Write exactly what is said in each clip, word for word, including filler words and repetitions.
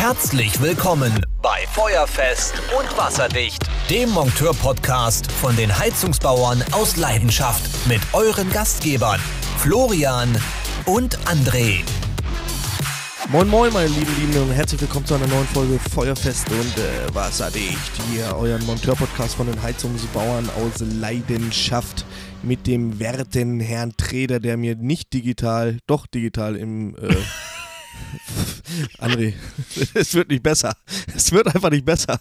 Herzlich willkommen bei Feuerfest und Wasserdicht, dem Monteur-Podcast von den Heizungsbauern aus Leidenschaft mit euren Gastgebern Florian und André. Moin moin meine lieben Lieben und herzlich willkommen zu einer neuen Folge Feuerfest und äh, Wasserdicht. Hier euren Monteur-Podcast von den Heizungsbauern aus Leidenschaft mit dem werten Herrn Treder, der mir nicht digital, doch digital im... Äh, André, es wird nicht besser. Es wird einfach nicht besser.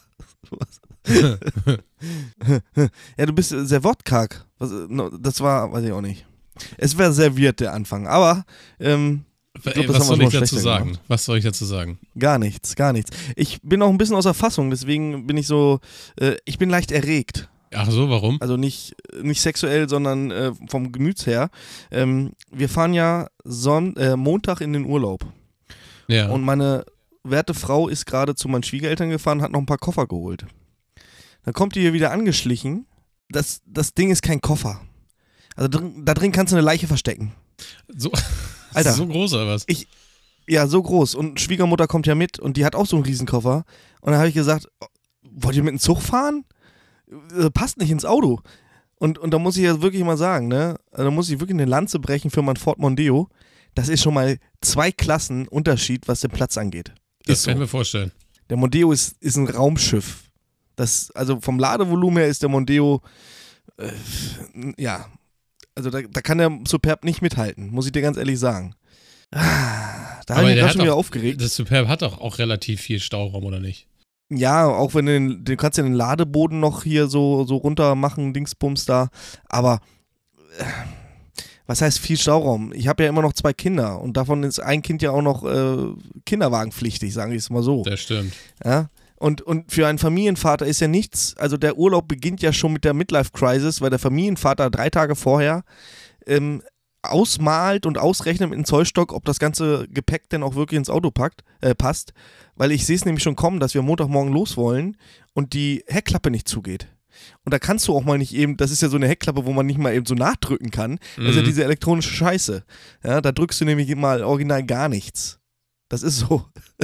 Ja, du bist sehr wortkarg. Das war, weiß ich auch nicht. Es wäre serviert, der Anfang. Aber, ähm, ich glaub, Ey, das was haben wir soll ich schon dazu schlechter sagen? gemacht. Was soll ich dazu sagen? Gar nichts, gar nichts. Ich bin auch ein bisschen außer Fassung, deswegen bin ich so, äh, ich bin leicht erregt. Ach so, warum? Also nicht, nicht sexuell, sondern äh, vom Gemüts her. Ähm, wir fahren ja Son- äh, Montag in den Urlaub. Ja. Und meine werte Frau ist gerade zu meinen Schwiegereltern gefahren, hat noch ein paar Koffer geholt. Dann kommt die hier wieder angeschlichen. Das, das Ding ist kein Koffer. Also drin, da drin kannst du eine Leiche verstecken. So, Alter. so groß oder was? Ich, ja, so groß. Und Schwiegermutter kommt ja mit und die hat auch so einen Riesenkoffer. Und dann habe ich gesagt, wollt ihr mit dem Zug fahren? Das passt nicht ins Auto. Und, und da muss ich ja wirklich mal sagen, ne? Da muss ich wirklich eine Lanze brechen für mein Ford Mondeo. Das ist schon mal zwei Klassen Unterschied, was den Platz angeht. Das Ist kann ich so. mir vorstellen. Der Mondeo ist, ist ein Raumschiff. Das, also vom Ladevolumen her ist der Mondeo, äh, ja, also da, da kann der Superb nicht mithalten, muss ich dir ganz ehrlich sagen. Ah, da habe ich mich gerade schon wieder aufgeregt. Das Superb hat doch auch relativ viel Stauraum, oder nicht? Ja, auch wenn du den, du kannst ja den Ladeboden noch hier so, so runter machen, Dingsbums da, aber äh, was heißt viel Stauraum? Ich habe ja immer noch zwei Kinder und davon ist ein Kind ja auch noch äh, kinderwagenpflichtig, sagen wir es mal so. Das stimmt. Ja? Und, und für einen Familienvater ist ja nichts, also der Urlaub beginnt ja schon mit der Midlife-Crisis, weil der Familienvater drei Tage vorher ähm, ausmalt und ausrechnet mit dem Zollstock, ob das ganze Gepäck denn auch wirklich ins Auto packt, äh, passt. Weil ich sehe es nämlich schon kommen, dass wir Montagmorgen los wollen und die Heckklappe nicht zugeht. Und da kannst du auch mal nicht eben, das ist ja so eine Heckklappe, wo man nicht mal eben so nachdrücken kann. Das Mhm. ist ja diese elektronische Scheiße. Ja, da drückst du nämlich mal original gar nichts. Das ist so.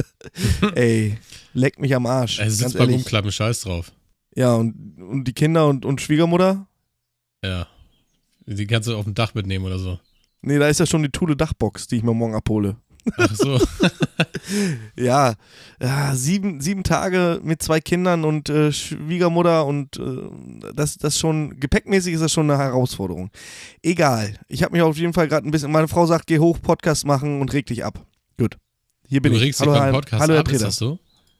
Ey, leck mich am Arsch. Es ganz sitzt beim ehrlich. Umklappen Scheiß drauf. Ja, und, und die Kinder und, und Schwiegermutter? Ja. Die kannst du auf dem Dach mitnehmen oder so. Nee, da ist ja schon die Thule-Dachbox, die ich mir morgen abhole. Ach so. Ja, ja sieben, sieben Tage mit zwei Kindern und äh, Schwiegermutter und äh, das, das schon, gepäckmäßig ist das schon eine Herausforderung. Egal, ich habe mich auf jeden Fall gerade ein bisschen, meine Frau sagt, geh hoch, Podcast machen und reg dich ab. Gut, hier bin Du ich. regst dich Hallo, beim Herr- Podcast hallo, Herr ab, ist Treder. das so?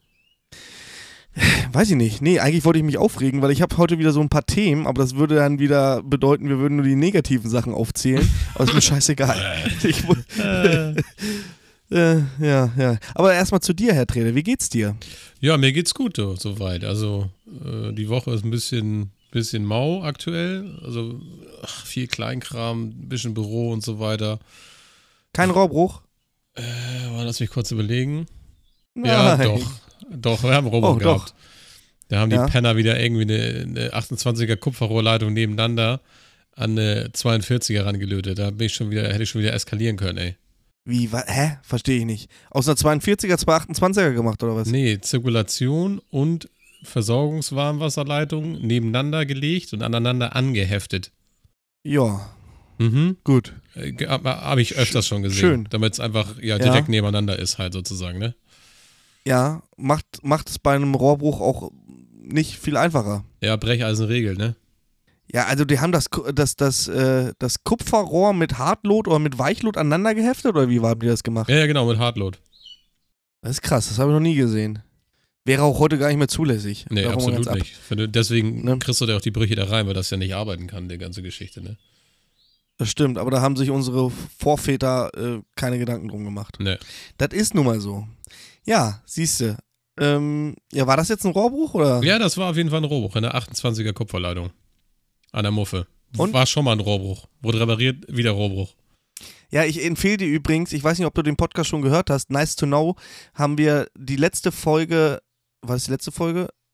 Weiß ich nicht. Nee, eigentlich wollte ich mich aufregen, weil ich habe heute wieder so ein paar Themen, aber das würde dann wieder bedeuten, wir würden nur die negativen Sachen aufzählen. Aber ist mir scheißegal. Ich, mu- äh, ja, ja. Aber erstmal zu dir, Herr Treder. Wie geht's dir? Ja, mir geht's gut, du, soweit. Also, äh, die Woche ist ein bisschen, bisschen mau aktuell. Also, ach, viel Kleinkram, ein bisschen Büro und so weiter. Kein Rohrbruch? Äh, lass mich kurz überlegen. Ja, Nein. doch. Doch, wir haben Robo Oh, gehabt. doch. Da haben die Ja. Penner wieder irgendwie eine, eine achtundzwanziger Kupferrohrleitung nebeneinander an eine zweiundvierziger rangelötet. Da bin ich schon wieder, hätte ich schon wieder eskalieren können, ey. Wie, wa- hä? Verstehe ich nicht. Aus einer zweiundvierziger, zwei achtundzwanziger gemacht, oder was? Nee, Zirkulation und Versorgungswarmwasserleitung nebeneinander gelegt und aneinander angeheftet. Ja, Mhm. gut. Äh, Habe hab ich öfters schon gesehen. Schön. Damit es einfach ja, Ja. direkt nebeneinander ist, halt sozusagen, ne? Ja, macht, macht es bei einem Rohrbruch auch nicht viel einfacher. Ja, Brecheisenregel, ne? Ja, also die haben das, Ku- das, das, äh, das Kupferrohr mit Hartlot oder mit Weichlot aneinander geheftet, oder wie haben die das gemacht? Ja, ja, genau, mit Hardload. Das ist krass, das habe ich noch nie gesehen. Wäre auch heute gar nicht mehr zulässig. Nee, Davon mal absolut ganz ab. nicht. Wenn du, deswegen Ne? kriegst du da auch die Brüche da rein, weil das ja nicht arbeiten kann, die ganze Geschichte, ne? Das stimmt, aber da haben sich unsere Vorväter äh, keine Gedanken drum gemacht. Ne. Das ist nun mal so. Ja, siehste. Ähm, ja, war das jetzt ein Rohrbruch, oder? Ja, das war auf jeden Fall ein Rohrbruch, eine achtundzwanziger Kupferleitung. An der Muffe. Und? War schon mal ein Rohrbruch. Wurde repariert, wieder Rohrbruch. Ja, ich empfehle dir übrigens, ich weiß nicht, ob du den Podcast schon gehört hast, Nice to Know, haben wir die letzte Folge, war das die letzte Folge?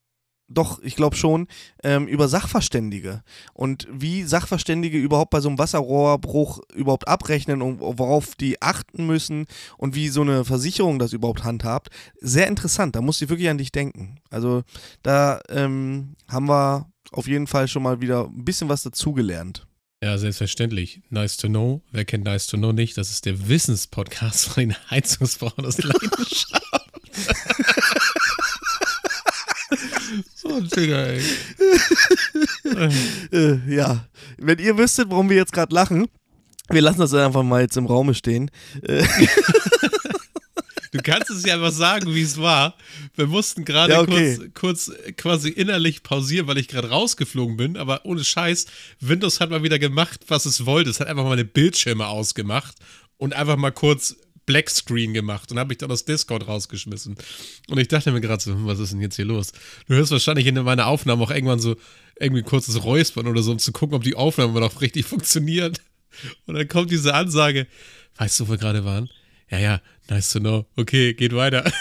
doch, ich glaube schon, ähm, über Sachverständige und wie Sachverständige überhaupt bei so einem Wasserrohrbruch überhaupt abrechnen und worauf die achten müssen und wie so eine Versicherung das überhaupt handhabt. Sehr interessant, da musste ich wirklich an dich denken. Also da ähm, haben wir auf jeden Fall schon mal wieder ein bisschen was dazugelernt. Ja, selbstverständlich. Nice to know. Wer kennt Nice to know nicht? Das ist der Wissenspodcast von den Heizungsbauern aus Leidenschaft. So ein Finger, ey. äh, ja, wenn ihr wüsstet, warum wir jetzt gerade lachen, wir lassen das einfach mal jetzt im Raume stehen. Äh. Du kannst es ja einfach sagen, wie es war. Wir mussten gerade ja, okay. kurz, kurz quasi innerlich pausieren, weil ich gerade rausgeflogen bin, aber ohne Scheiß, Windows hat mal wieder gemacht, was es wollte. Es hat einfach mal meine Bildschirme ausgemacht und einfach mal kurz Blackscreen gemacht und habe mich dann aus Discord rausgeschmissen. Und ich dachte mir gerade so, was ist denn jetzt hier los? Du hörst wahrscheinlich in meiner Aufnahme auch irgendwann so irgendwie ein kurzes Räuspern oder so, um zu gucken, ob die Aufnahme noch richtig funktioniert. Und dann kommt diese Ansage, weißt du, wo wir gerade waren? Ja, ja, nice to know. Okay, geht weiter.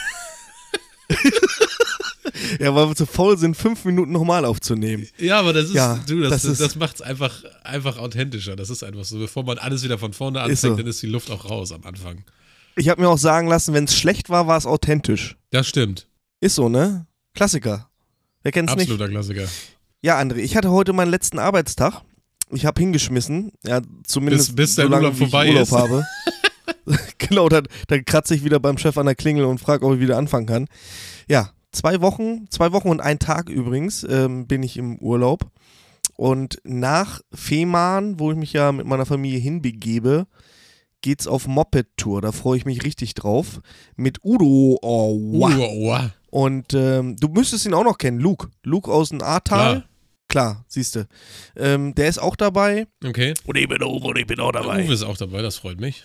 Ja, weil wir zu faul sind, fünf Minuten nochmal aufzunehmen. Ja, aber das ist, ja, du, das, das, das, das macht es einfach, einfach authentischer. Das ist einfach so. Bevor man alles wieder von vorne anfängt, so. Dann ist die Luft auch raus am Anfang. Ich habe mir auch sagen lassen, wenn es schlecht war, war es authentisch. Das stimmt. Ist so, ne? Klassiker. Wer kennt's nicht? Absoluter Klassiker. Ja, André, ich hatte heute meinen letzten Arbeitstag. Ich habe hingeschmissen. Ja, zumindest bis, bis der solange Urlaub vorbei ich Urlaub ist. habe. Genau, dann, dann kratze ich wieder beim Chef an der Klingel und frage, ob ich wieder anfangen kann. Ja, zwei Wochen, zwei Wochen und ein Tag übrigens ähm, bin ich im Urlaub. Und nach Fehmarn, wo ich mich ja mit meiner Familie hinbegebe, geht's auf Moped-Tour. Da freue ich mich richtig drauf. Mit Udo. Oh, wow. Udo, wow. Und ähm, du müsstest ihn auch noch kennen, Luke. Luke aus dem Ahrtal. Klar. Klar, siehst du. Ähm, der ist auch dabei. Okay. Und ich bin Uwe und ich bin auch dabei. Uwe ist auch dabei, das freut mich.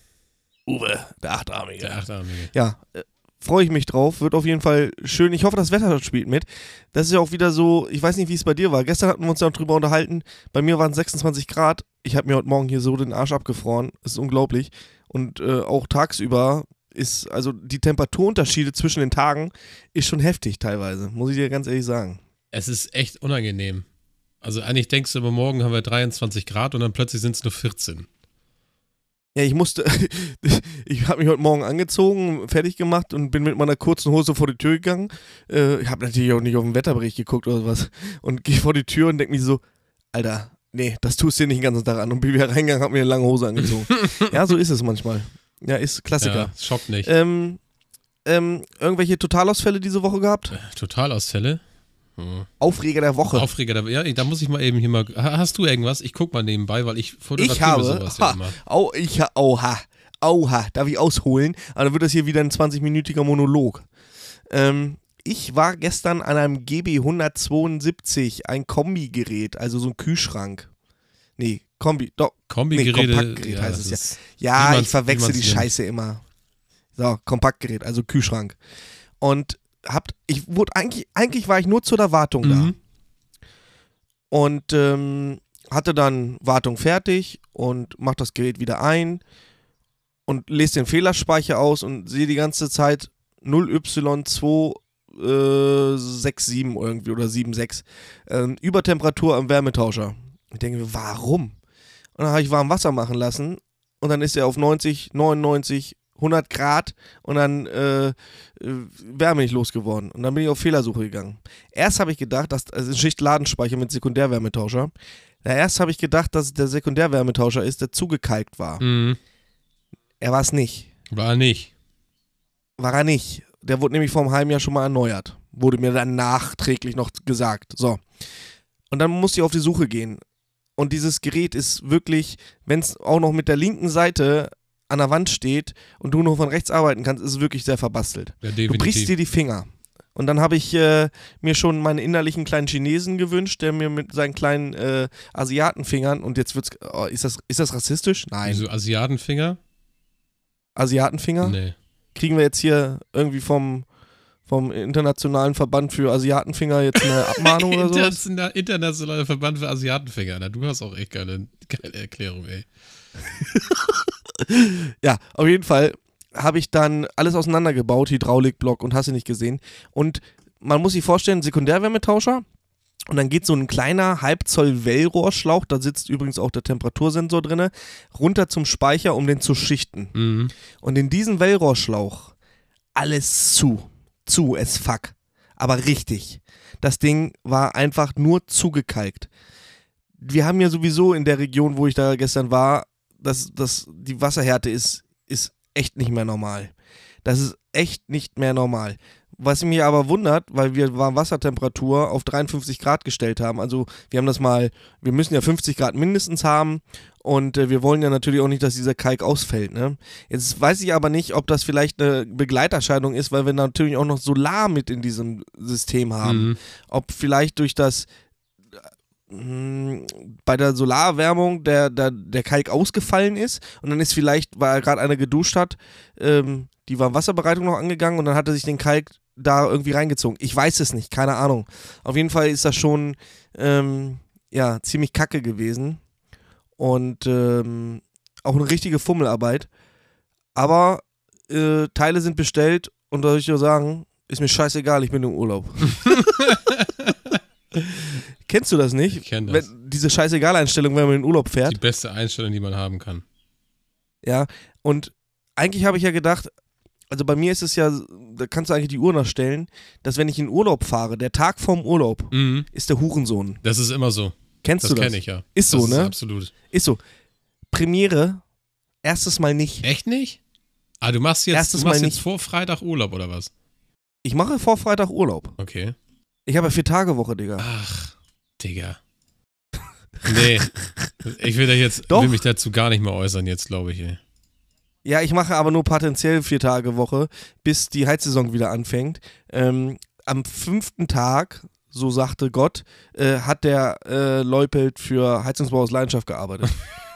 Uwe, der Achtarmige. Der Achtarmige. Ja, äh, freue ich mich drauf. Wird auf jeden Fall schön. Ich hoffe, das Wetter spielt mit. Das ist ja auch wieder so, ich weiß nicht, wie es bei dir war. Gestern hatten wir uns ja auch drüber unterhalten. Bei mir waren es sechsundzwanzig Grad. Ich habe mir heute Morgen hier so den Arsch abgefroren. Das ist unglaublich. Und äh, auch tagsüber ist, also die Temperaturunterschiede zwischen den Tagen ist schon heftig teilweise, muss ich dir ganz ehrlich sagen. Es ist echt unangenehm. Also eigentlich denkst du immer, morgen haben wir dreiundzwanzig Grad und dann plötzlich sind es nur vierzehn. Ja, ich musste, ich habe mich heute Morgen angezogen, fertig gemacht und bin mit meiner kurzen Hose vor die Tür gegangen. Äh, ich habe natürlich auch nicht auf den Wetterbericht geguckt oder was. Und gehe vor die Tür und denke mir so, Alter, nee, das tust du dir nicht den ganzen Tag an. Und bin wieder reingegangen, habe mir eine lange Hose angezogen. Ja, so ist es manchmal. Ja, ist Klassiker. Ja, schockt nicht. Ähm, ähm, irgendwelche Totalausfälle diese Woche gehabt? Totalausfälle? Hm. Aufreger der Woche. Aufreger der Woche. Ja, da muss ich mal eben hier mal. Hast du irgendwas? Ich guck mal nebenbei, weil ich fotografiere ich habe, sowas ha, ja immer. Au, ich, oha, oha, darf ich ausholen? Aber dann wird das hier wieder ein zwanzig-minütiger Monolog. Ähm, ich war gestern an einem G B hundertzweiundsiebzig, ein Kombigerät, also so ein Kühlschrank. Nee, Kombi, doch. Kombigeräte. Nee, Kompaktgerät ja, heißt es ist, ja. Ja, ich verwechsel die nennt. Scheiße immer. So, Kompaktgerät, also Kühlschrank. Und habt, ich wurde eigentlich, eigentlich war ich nur zur der Wartung mhm. da. Und ähm, hatte dann Wartung fertig und mach das Gerät wieder ein und lese den Fehlerspeicher aus und sehe die ganze Zeit null Y zwei sechs sieben irgendwie oder sieben sechs. Ähm, Übertemperatur am Wärmetauscher. Ich denke mir, warum? Und dann habe ich warm Wasser machen lassen und dann ist er auf neunzig, neunundneunzig, hundert Grad und dann äh, Wärme nicht losgeworden. Und dann bin ich auf Fehlersuche gegangen. Erst habe ich gedacht, dass also ein Schichtladenspeicher mit Sekundärwärmetauscher. Ja, erst habe ich gedacht, dass es der Sekundärwärmetauscher ist, der zugekalkt war. Mhm. Er war es nicht. War nicht. War er nicht. Der wurde nämlich vor einem halben Jahr schon mal erneuert. Wurde mir dann nachträglich noch gesagt. So. Und dann musste ich auf die Suche gehen. Und dieses Gerät ist wirklich, wenn es auch noch mit der linken Seite an der Wand steht und du nur von rechts arbeiten kannst, ist es wirklich sehr verbastelt. Ja, du brichst dir die Finger. Und dann habe ich äh, mir schon meinen innerlichen kleinen Chinesen gewünscht, der mir mit seinen kleinen äh, Asiatenfingern, und jetzt wird's, oh, ist das, ist das rassistisch? Nein. Wieso Asiatenfinger? Asiatenfinger? Nee. Kriegen wir jetzt hier irgendwie vom, vom Internationalen Verband für Asiatenfinger jetzt eine Abmahnung oder so? International, Internationaler Verband für Asiatenfinger. Na, du hast auch echt geile, geile Erklärung, ey. Ja, auf jeden Fall habe ich dann alles auseinandergebaut, Hydraulikblock und hast du nicht gesehen. Und man muss sich vorstellen, Sekundärwärmetauscher. Und dann geht so ein kleiner Halbzoll Wellrohrschlauch, da sitzt übrigens auch der Temperatursensor drin, runter zum Speicher, um den zu schichten. Mhm. Und in diesem Wellrohrschlauch alles zu. Zu as fuck. Aber richtig. Das Ding war einfach nur zugekalkt. Wir haben ja sowieso in der Region, wo ich da gestern war, das, das, die Wasserhärte ist, ist echt nicht mehr normal. Das ist echt nicht mehr normal. Was mich aber wundert, weil wir Warmwassertemperatur auf dreiundfünfzig Grad gestellt haben. Also wir haben das mal, wir müssen ja fünfzig Grad mindestens haben und äh, wir wollen ja natürlich auch nicht, dass dieser Kalk ausfällt. Ne? Jetzt weiß ich aber nicht, ob das vielleicht eine Begleiterscheinung ist, weil wir natürlich auch noch Solar mit in diesem System haben. Mhm. Ob vielleicht durch das mh, bei der Solarerwärmung der, der, der Kalk ausgefallen ist und dann ist vielleicht, weil gerade einer geduscht hat, ähm, die Warmwasserbereitung noch angegangen und dann hat er sich den Kalk da irgendwie reingezogen. Ich weiß es nicht, keine Ahnung. Auf jeden Fall ist das schon ähm, ja, ziemlich kacke gewesen und ähm, auch eine richtige Fummelarbeit. Aber äh, Teile sind bestellt und da soll ich nur sagen, ist mir scheißegal, ich bin im Urlaub. Kennst du das nicht? Ich kenn das. Wenn, diese Scheißegal-Einstellung, wenn man in den Urlaub fährt. Die beste Einstellung, die man haben kann. Ja, und eigentlich habe ich ja gedacht, also bei mir ist es ja, da kannst du eigentlich die Uhr nachstellen, dass wenn ich in Urlaub fahre, der Tag vorm Urlaub Mhm. ist der Hurensohn. Das ist immer so. Kennst Das du das? kenne ich ja. Ist das so, ne? Ist absolut. Ist so. Premiere, erstes Mal nicht. Echt nicht? Ah, du machst jetzt, Erstes du machst Mal jetzt nicht. vor Freitag Urlaub oder was? Ich mache vor Freitag Urlaub. Okay. Ich habe ja vier Tage Woche, Digga. Ach, Digga. Nee. Ich will, da jetzt, Doch. will mich dazu gar nicht mehr äußern jetzt, glaube ich. Ey. Ja, ich mache aber nur potenziell vier Tage Woche, bis die Heizsaison wieder anfängt. Ähm, am fünften Tag, so sagte Gott, äh, hat der äh, Leupelt für Heizungsbau aus Leidenschaft gearbeitet.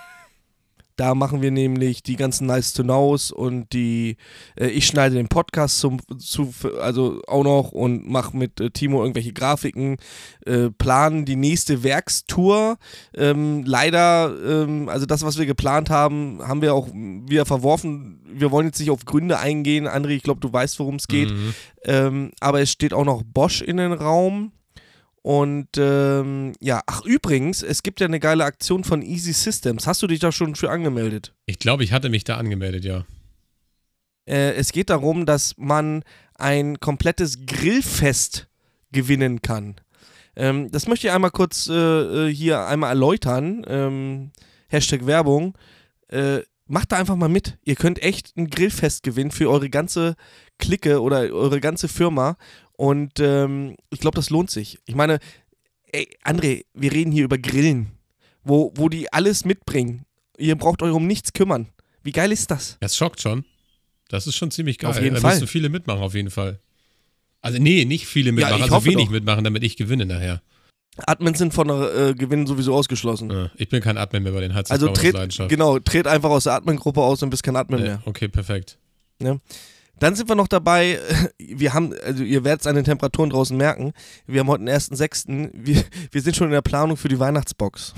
Da machen wir nämlich die ganzen Nice-to-Knows und die, äh, ich schneide den Podcast zum, zu, also auch noch und mache mit äh, Timo irgendwelche Grafiken, äh, planen die nächste Werkstour. Ähm, leider, ähm, also das, was wir geplant haben, haben wir auch wieder verworfen. Wir wollen jetzt nicht auf Gründe eingehen. André, ich glaube, du weißt, worum es geht. Mhm. Ähm, aber es steht auch noch Bosch in den Raum. Und ähm, ja, ach übrigens, es gibt ja eine geile Aktion von Easy Systems. Hast du dich da schon für angemeldet? Ich glaube, ich hatte mich da angemeldet, ja. Äh, es geht darum, dass man ein komplettes Grillfest gewinnen kann. Ähm, das möchte ich einmal kurz äh, hier einmal erläutern. Ähm, Hashtag Werbung. Äh, macht da einfach mal mit. Ihr könnt echt ein Grillfest gewinnen für eure ganze Clique oder eure ganze Firma. Und ähm, ich glaube, das lohnt sich. Ich meine, ey, André, wir reden hier über Grillen, wo, wo die alles mitbringen. Ihr braucht euch um nichts kümmern. Wie geil ist das? Das schockt schon. Das ist schon ziemlich geil. Auf jeden da Fall. müssen viele mitmachen, auf jeden Fall. Also, nee, nicht viele mitmachen, ich also hoffe wenig doch. mitmachen, damit ich gewinne nachher. Admins sind von der äh, Gewinn sowieso ausgeschlossen. Ja, ich bin kein Admin mehr bei den Also Heizungsbau aus tret, Leidenschaft. genau, tret einfach aus der Admin-Gruppe aus und bist kein Admin Nee, mehr. okay, perfekt. Dann sind wir noch dabei, wir haben, also ihr werdet es an den Temperaturen draußen merken, wir haben heute den ersten sechsten Wir, wir sind schon in der Planung für die Weihnachtsbox.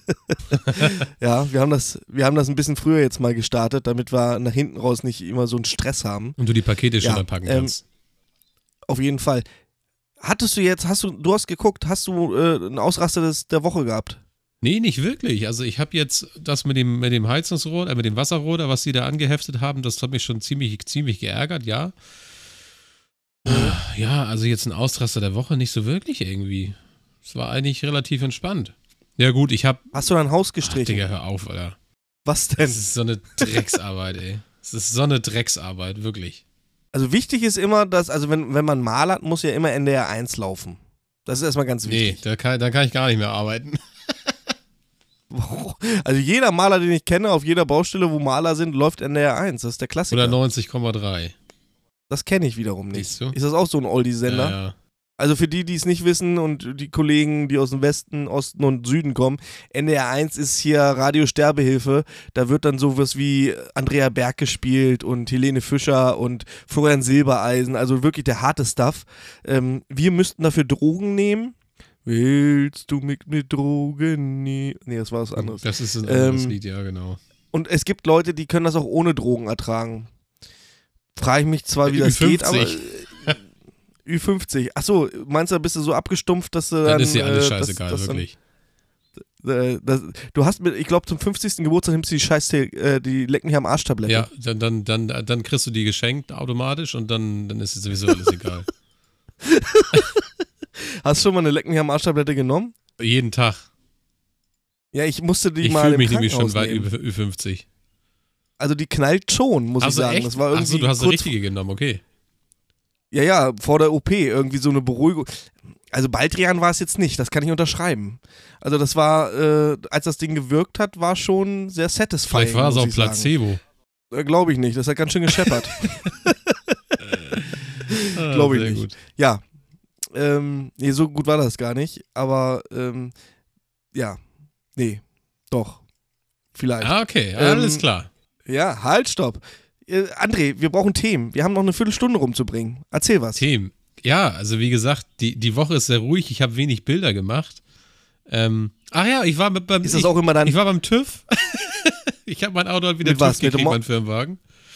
Ja, wir haben, das, wir haben das ein bisschen früher jetzt mal gestartet, damit wir nach hinten raus nicht immer so einen Stress haben. Und du die Pakete schon Ja, anpacken ähm, kannst. Auf jeden Fall. Hattest du jetzt, hast du, du hast geguckt, hast du äh, einen Ausraster des, der Woche gehabt? Nee, nicht wirklich. Also ich habe jetzt das mit dem, mit dem Heizungsrohr, äh, mit dem Wasserrohr, was sie da angeheftet haben, das hat mich schon ziemlich, ziemlich geärgert, ja. Ja, also jetzt ein Ausraster der Woche nicht so wirklich irgendwie. Es war eigentlich relativ entspannt. Ja gut, ich habe... Hast du dein Haus Ach, gestrichen? Digga, hör auf, Alter. Was denn? Das ist so eine Drecksarbeit, ey. Das ist so eine Drecksarbeit, wirklich. Also wichtig ist immer, dass, also wenn, wenn man malert, muss ja immer N D R eins laufen. Das ist erstmal ganz Nee, wichtig. da kann, da kann ich gar nicht mehr arbeiten. Also jeder Maler, den ich kenne, auf jeder Baustelle, wo Maler sind, läuft N D R eins. Das ist der Klassiker. Oder neunzig Komma drei. Das kenne ich wiederum nicht. Siehst du? Ist das auch so ein Oldie-Sender? Ja, ja. Also für die, die es nicht wissen und die Kollegen, die aus dem Westen, Osten und Süden kommen, N D R eins ist hier Radio Sterbehilfe. Da wird dann sowas wie Andrea Berg gespielt und Helene Fischer und Florian Silbereisen. Also wirklich der harte Stuff. Ähm, wir müssten dafür Drogen nehmen. Willst du mit mir Drogen nehmen? Nee, das war was anderes. Das ist ein anderes Ähm, Lied, ja, genau. Und es gibt Leute, die können das auch ohne Drogen ertragen. Frage ich mich zwar, wie Ü das geht, aber fünfzig. äh, Ü fünfzig. Achso, meinst du, bist du so abgestumpft, dass du dann... Dann ist dir alles äh, scheißegal, dass, dass wirklich. Dann, äh, das, du hast mit, ich glaube, zum fünfzigsten Geburtstag nimmst du die scheiß, äh, die Leck mich am Arsch-Tablette. Ja, dann, dann, dann, dann kriegst du die geschenkt automatisch und dann, dann ist es sowieso alles egal. Hast du schon mal eine Leck mich am Arsch-Tablette genommen? Jeden Tag. Ja, ich musste die Ich mal fühle im mich nämlich schon Krankenhaus weit nehmen. über Ü fünfzig. Also die knallt schon, muss Also ich sagen. echt? Das war irgendwie Achso, du hast eine kurz, richtige genommen, okay. Ja, ja, vor der O P irgendwie so eine Beruhigung. Also Baldrian war es jetzt nicht, das kann ich unterschreiben. Also das war, äh, als das Ding gewirkt hat, war schon sehr satisfying. Vielleicht war es muss auch ich sagen. Placebo. Äh, Glaube ich nicht, das hat ganz schön gescheppert. Ah, Glaube ich sehr nicht. gut. Ja, ähm, nee, so gut war das gar nicht, aber ähm, ja, nee, doch, vielleicht. Ah, okay, Ähm, alles klar. Ja, halt, stopp. Äh, André, wir brauchen Themen. Wir haben noch eine Viertelstunde rumzubringen. Erzähl was. Themen. Ja, also wie gesagt, die, die Woche ist sehr ruhig. Ich habe wenig Bilder gemacht. Ähm, ach ja, ich war mit, beim Ist das ich, auch immer dein... ich war beim TÜV. Ich habe mein Auto halt wieder Mit TÜV was? Mit gekriegt, dem Mo- mein Firmenwagen.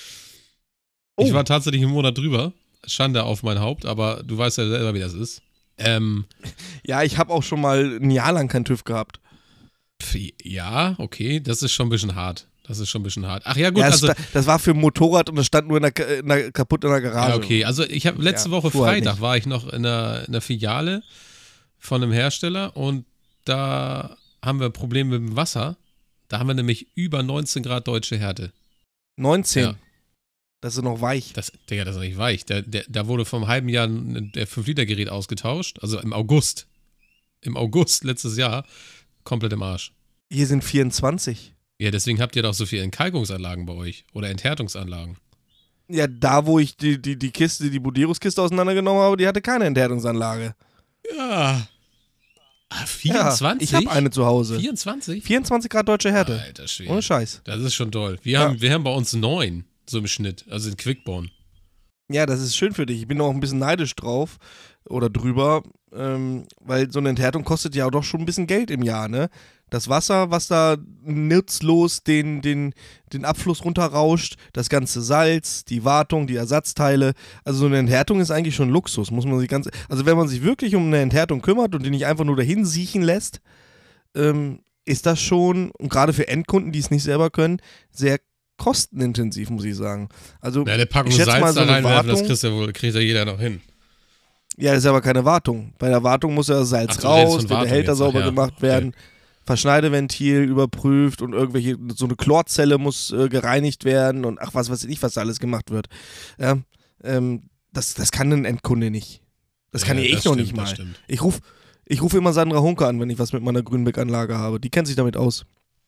Oh. Ich war tatsächlich einen Monat drüber. Schande auf mein Haupt, aber du weißt ja selber, wie das ist. Ähm, Ja, ich habe auch schon mal ein Jahr lang keinen TÜV gehabt. pf, ja, okay, das ist schon ein bisschen hart. Das ist schon ein bisschen hart. Ach ja, gut, Ja, es also... sta- das war für ein Motorrad und das stand nur in der, Ka- in der, kaputt in der Garage. Ja, okay. Also ich habe letzte Ja, Woche fuhr halt Freitag nicht. war ich noch in einer, in einer Filiale von einem Hersteller und da haben wir ein Problem mit dem Wasser. Da haben wir nämlich über neunzehn Grad deutsche Härte. neunzehn. Ja. Das ist noch weich. Das, Digga, das ist nicht weich. Der, der, da wurde vor einem halben Jahr ein- der fünf Liter Gerät ausgetauscht. Also im August. Im August letztes Jahr. Komplett im Arsch. Hier sind vierundzwanzig. Ja, deswegen habt ihr doch so viele Entkalkungsanlagen bei euch. Oder Enthärtungsanlagen. Ja, da wo ich die, die, die Kiste, die Buderus-Kiste auseinandergenommen habe, die hatte keine Enthärtungsanlage. Ja. Ah, vierundzwanzig? Ja, ich habe eine zu Hause. vierundzwanzig? vierundzwanzig Grad deutsche Härte. Alter Schwede. Ohne Scheiß. Das ist schon toll. Wir, Ja. haben, wir haben bei uns neun, so im Schnitt, also in Quickborn. Ja, das ist schön für dich. Ich bin auch ein bisschen neidisch drauf oder drüber, ähm, weil so eine Enthärtung kostet ja auch doch schon ein bisschen Geld im Jahr, ne? Das Wasser, was da nutzlos den, den, den Abfluss runterrauscht, das ganze Salz, die Wartung, die Ersatzteile. Also so eine Enthärtung ist eigentlich schon Luxus, muss man sich ganz. Also wenn man sich wirklich um eine Enthärtung kümmert und die nicht einfach nur dahin siechen lässt, ähm, ist das schon, und gerade für Endkunden, die es nicht selber können, sehr kostenintensiv, muss ich sagen. Also Ja, eine Packung ich schätze Salz mal, so da eine reinwerfen, das Wartung- kriegt ja, wohl, kriegt ja jeder noch hin. Ja, das ist aber keine Wartung. Bei der Wartung muss ja das Salz Ach, du redest raus, von der Wartung Behälter jetzt. sauber Ach ja, gemacht okay. werden, Verschneideventil überprüft und irgendwelche, so eine Chlorzelle muss äh, gereinigt werden und ach, was weiß ich, was da alles gemacht wird. Ja, ähm, das, das kann ein Endkunde nicht. Das kann ja, ich das noch stimmt, nicht das mal. stimmt. Ich rufe ich ruf immer Sandra Hunke an, wenn ich was mit meiner Grünbeck-Anlage habe. Die kennt sich damit aus.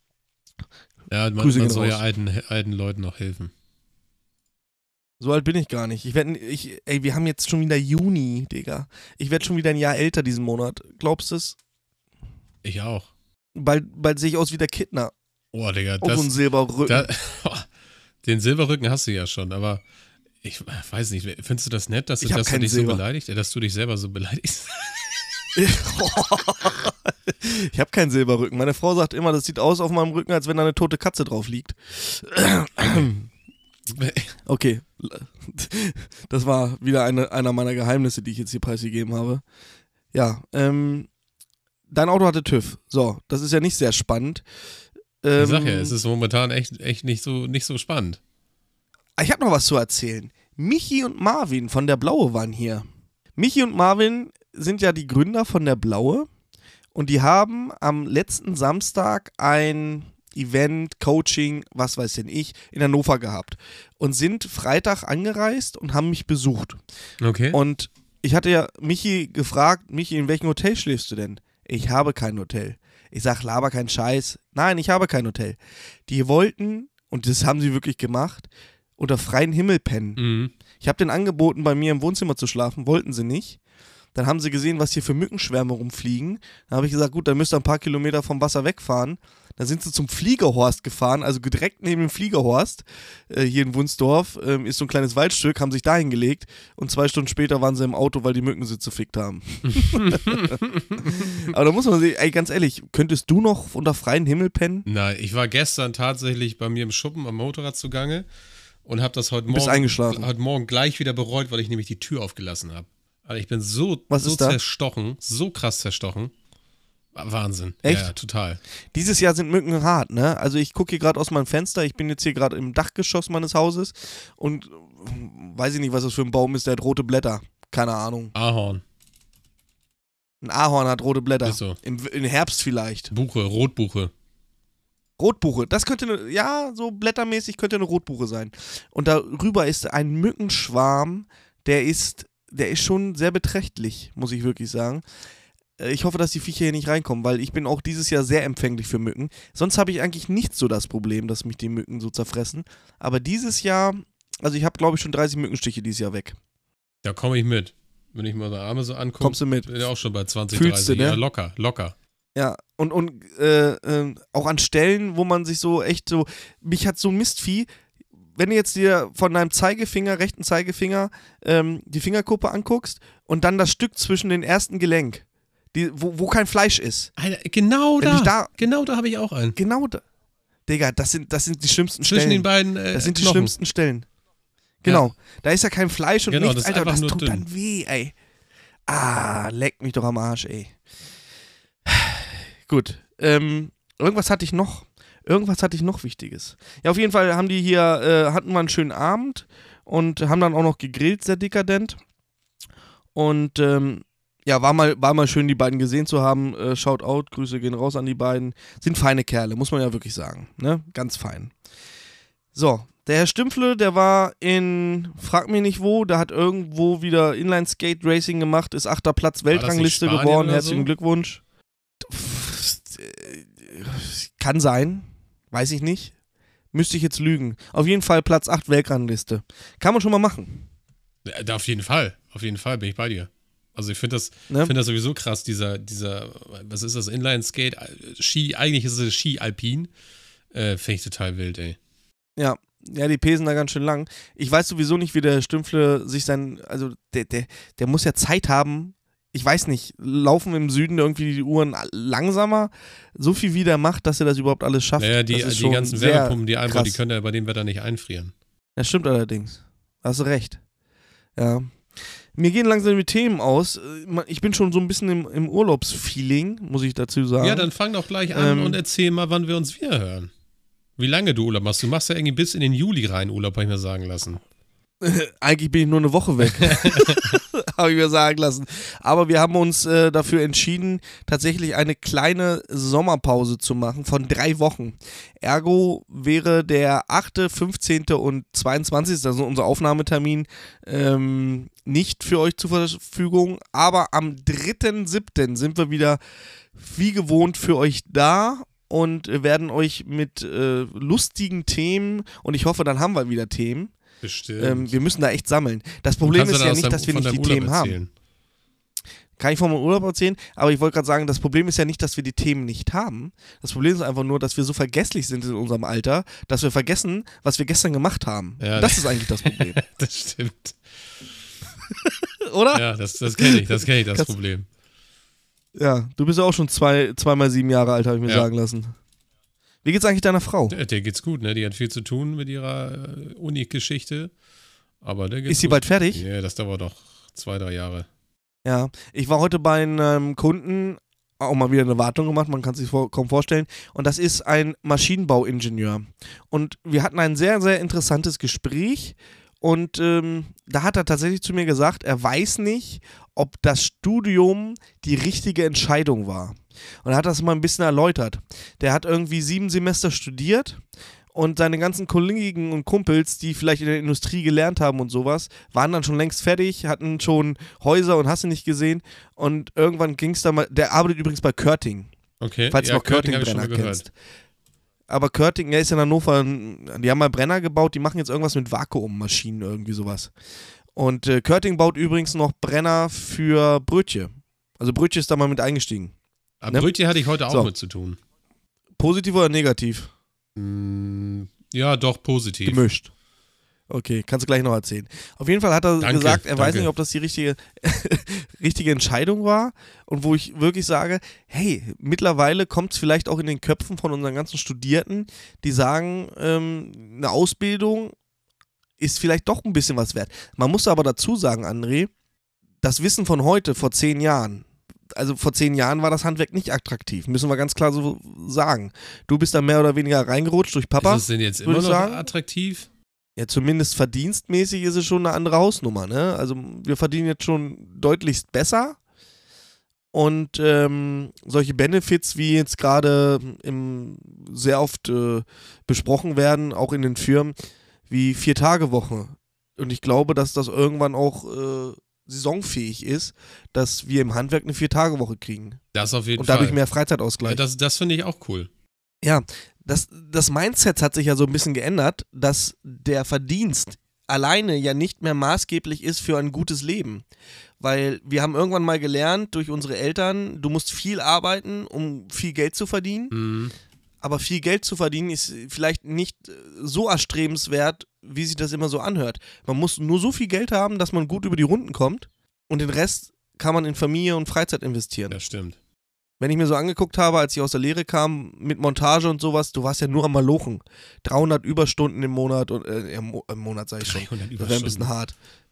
Ja, man, Grüße man gehen soll ja raus. alten, alten Leuten noch helfen. So alt bin ich gar nicht. Ich werd, ich, ey, wir haben jetzt schon wieder Juni, Digga. Ich werde schon wieder ein Jahr älter diesen Monat. Glaubst du es? Ich auch. Bald, bald sehe ich aus wie der Kittner. Oh, Digga, Auch so ein das, Silberrücken. da, den Silberrücken hast du ja schon, aber ich weiß nicht, findest du das nett, dass, du, Ich hab dass du keinen dich Silber. so beleidigt, dass du dich selber so beleidigst? Ich habe keinen Silberrücken. Meine Frau sagt immer, das sieht aus auf meinem Rücken, als wenn da eine tote Katze drauf liegt. Okay. Das war wieder eine, einer meiner Geheimnisse, die ich jetzt hier preisgegeben habe. Ja, ähm, dein Auto hatte TÜV. So, das ist ja nicht sehr spannend. Ähm, Ich sag ja, es ist momentan echt, echt nicht, so, nicht so spannend. Ich habe noch was zu erzählen. Michi und Marvin von der Blaue waren hier. Michi und Marvin sind ja die Gründer von der Blaue und die haben am letzten Samstag ein Event, Coaching, was weiß denn ich, in Hannover gehabt und sind Freitag angereist und haben mich besucht. Okay. Und ich hatte ja Michi gefragt, Michi, in welchem Hotel schläfst du denn? Ich habe kein Hotel. Ich sag, laber keinen Scheiß. Nein, ich habe kein Hotel. Die wollten, und das haben sie wirklich gemacht, unter freiem Himmel pennen. Mhm. Ich habe denen angeboten, bei mir im Wohnzimmer zu schlafen, wollten sie nicht. Dann haben sie gesehen, was hier für Mückenschwärme rumfliegen. Dann habe ich gesagt, gut, dann müsst ihr ein paar Kilometer vom Wasser wegfahren. Dann sind sie zum Fliegerhorst gefahren, also direkt neben dem Fliegerhorst, äh, hier in Wunsdorf, ähm, ist so ein kleines Waldstück, haben sich da hingelegt und zwei Stunden später waren sie im Auto, weil die Mücken sie zufickt haben. Aber da muss man sich, ey, ganz ehrlich, könntest du noch unter freiem Himmel pennen? Nein, ich war gestern tatsächlich bei mir im Schuppen am Motorrad zugange und habe das heute Du bist Morgen, eingeschlafen. heute Morgen gleich wieder bereut, weil ich nämlich die Tür aufgelassen habe. Also ich bin so, Was so ist da? zerstochen, so krass zerstochen. Wahnsinn. Echt? Ja, total. Dieses Jahr sind Mücken hart, ne? Also ich gucke hier gerade aus meinem Fenster, ich bin jetzt hier gerade im Dachgeschoss meines Hauses und weiß ich nicht, was das für ein Baum ist, der hat rote Blätter. Keine Ahnung. Ahorn. Ein Ahorn hat rote Blätter. Ist so. Im, Im Herbst vielleicht. Buche, Rotbuche. Rotbuche, das könnte eine, ja, so blättermäßig könnte eine Rotbuche sein. Und darüber ist ein Mückenschwarm, der ist, der ist schon sehr beträchtlich, muss ich wirklich sagen. Äh, Ich hoffe, dass die Viecher hier nicht reinkommen, weil ich bin auch dieses Jahr sehr empfänglich für Mücken. Sonst habe ich eigentlich nicht so das Problem, dass mich die Mücken so zerfressen. Aber dieses Jahr, also ich habe glaube ich schon dreißig Mückenstiche dieses Jahr weg. Da komme ich mit. Wenn ich mal meine Arme so angucke, Kommst du mit? bin ich auch schon bei zwanzig, Fühlst dreißig. du, ne? Ja, locker, locker. Ja, und, und äh, äh, auch an Stellen, wo man sich so echt so, mich hat so ein Mistvieh, wenn du jetzt dir von deinem Zeigefinger, rechten Zeigefinger, ähm, die Fingerkuppe anguckst und dann das Stück zwischen den ersten Gelenk, die, wo, wo kein Fleisch ist. Alter, genau Wenn da, ich da- genau da habe ich auch einen. Genau da. Digga, das sind, das sind die schlimmsten Zwischen Stellen. den beiden äh, das sind die Knochen. schlimmsten Stellen. Genau. Da ist ja kein Fleisch und Genau, nichts, das ist Alter, einfach das nur tut dünn. dann weh, ey. Ah, leck mich doch am Arsch, ey. Gut. Ähm, irgendwas hatte ich noch. Irgendwas hatte ich noch Wichtiges. Ja, auf jeden Fall haben die hier, äh, hatten wir einen schönen Abend und haben dann auch noch gegrillt, sehr dekadent. Und ähm, ja, war mal, war mal schön, die beiden gesehen zu haben. Äh, shout out, Grüße gehen raus an die beiden. Sind feine Kerle, muss man ja wirklich sagen. Ne? Ganz fein. So, der Herr Stümpfle, der war in, frag mich nicht wo, der hat irgendwo wieder Inline-Skate-Racing gemacht, ist achter Platz Weltrangliste Spanien geworden. oder Herzlichen so? Glückwunsch. Pff, äh, Kann sein, weiß ich nicht. Müsste ich jetzt lügen. Auf jeden Fall Platz acht Weltrangliste. Kann man schon mal machen. Ja, da auf jeden Fall, auf jeden Fall bin ich bei dir. Also ich finde das, Ne? find das sowieso krass, dieser, dieser, was ist das, Inline-Skate, Ski, eigentlich ist es Ski-Alpin, äh, finde ich total wild, ey. Ja, ja, die pesen da ganz schön lang. Ich weiß sowieso nicht, wie der Stümpfle sich sein, also der, der, der muss ja Zeit haben. Ich weiß nicht, laufen im Süden irgendwie die Uhren langsamer? So viel wie der macht, dass er das überhaupt alles schafft. Naja, die, das ist die schon ganzen sehr Wärmepumpen, die einbauen, die krass. können ja bei dem Wetter nicht einfrieren. Das stimmt allerdings. Da hast du recht. Ja. Mir gehen langsam die Themen aus. Ich bin schon so ein bisschen im, im Urlaubsfeeling, muss ich dazu sagen. Ja, dann fang doch gleich an Ähm, und erzähl mal, wann wir uns wieder hören. Wie lange du Urlaub machst. Du machst ja irgendwie bis in den Juli rein Urlaub, habe ich mir sagen lassen. Eigentlich bin ich nur eine Woche weg, habe ich mir sagen lassen. Aber wir haben uns äh, dafür entschieden, tatsächlich eine kleine Sommerpause zu machen von drei Wochen. Ergo wäre der achte, fünfzehnte und zweiundzwanzigste, also unser Aufnahmetermin, ähm, nicht für euch zur Verfügung. Aber am dritten siebten sind wir wieder wie gewohnt für euch da und werden euch mit äh, lustigen Themen, und ich hoffe, dann haben wir wieder Themen. Bestimmt. Ähm, wir müssen da echt sammeln. Das Problem Kannst du ist dann ja aus nicht, deinem- dass wir von nicht die deinem Urlaub Themen haben. erzählen? Kann ich von meinem Urlaub erzählen, aber ich wollte gerade sagen, das Problem ist ja nicht, dass wir die Themen nicht haben. Das Problem ist einfach nur, dass wir so vergesslich sind in unserem Alter, dass wir vergessen, was wir gestern gemacht haben. Ja, das ist eigentlich das Problem. Das stimmt. Oder? Ja, das, das kenne ich, das kenne ich, das Kannst- Problem. Ja, du bist ja auch schon zwei, zweimal sieben Jahre alt, habe ich mir Ja. sagen lassen. Wie geht's eigentlich deiner Frau? Der, der geht's gut, ne? Die hat viel zu tun mit ihrer äh, Uni-Geschichte. Aber der geht's Ist sie gut. bald fertig? Ja, das dauert noch zwei, drei Jahre. Ja, ich war heute bei einem Kunden, auch mal wieder eine Wartung gemacht, man kann sich vor, kaum vorstellen. Und das ist ein Maschinenbauingenieur. Und wir hatten ein sehr, sehr interessantes Gespräch. Und ähm, da hat er tatsächlich zu mir gesagt, er weiß nicht, ob das Studium die richtige Entscheidung war. Und er hat das mal ein bisschen erläutert. Der hat irgendwie sieben Semester studiert und seine ganzen Kollegen und Kumpels, die vielleicht in der Industrie gelernt haben und sowas, waren dann schon längst fertig, hatten schon Häuser und hast du nicht gesehen. Und irgendwann ging es dann mal, der arbeitet übrigens bei Körting, Okay. falls ja, du noch Körting hab ich schon Körting-Brenner mal gehört. kennst. Aber Körting, er ist in Hannover, die haben mal Brenner gebaut, die machen jetzt irgendwas mit Vakuummaschinen, irgendwie sowas. Und äh, Körting baut übrigens noch Brenner für Brötchen. Also Brötchen ist da mal mit eingestiegen. Aber Ne? Brötchen hatte ich heute auch So. mit zu tun. Positiv oder negativ? Mm, ja, doch, positiv. Gemischt. Okay, kannst du gleich noch erzählen. Auf jeden Fall hat er Danke, gesagt, er weiß danke. nicht, ob das die richtige, richtige Entscheidung war. Und wo ich wirklich sage, hey, mittlerweile kommt es vielleicht auch in den Köpfen von unseren ganzen Studierten, die sagen, ähm, eine Ausbildung ist vielleicht doch ein bisschen was wert. Man muss aber dazu sagen, André, das Wissen von heute, vor zehn Jahren, also vor zehn Jahren war das Handwerk nicht attraktiv, müssen wir ganz klar so sagen. Du bist da mehr oder weniger reingerutscht durch Papa. Ist es denn jetzt immer noch sagen. attraktiv? Ja, zumindest verdienstmäßig ist es schon eine andere Hausnummer, ne? Also wir verdienen jetzt schon deutlichst besser und ähm, solche Benefits, wie jetzt gerade im, sehr oft äh, besprochen werden, auch in den Firmen, wie Vier-Tage-Woche. Und ich glaube, dass das irgendwann auch äh, saisonfähig ist, dass wir im Handwerk eine Vier-Tage-Woche kriegen. Das auf jeden und dadurch Fall. mehr Freizeitausgleich. Ja, das das finde ich auch cool. Ja, das, das Mindset hat sich ja so ein bisschen geändert, dass der Verdienst alleine ja nicht mehr maßgeblich ist für ein gutes Leben. Weil wir haben irgendwann mal gelernt durch unsere Eltern, du musst viel arbeiten, um viel Geld zu verdienen. Mhm. Aber viel Geld zu verdienen ist vielleicht nicht so erstrebenswert, wie sich das immer so anhört. Man muss nur so viel Geld haben, dass man gut über die Runden kommt und den Rest kann man in Familie und Freizeit investieren. Das stimmt. Wenn ich mir so angeguckt habe, als ich aus der Lehre kam, mit Montage und sowas, du warst ja nur am Malochen. dreihundert Überstunden im Monat, und, äh, im, Mo- im Monat sage ich schon, das wäre ein bisschen hart.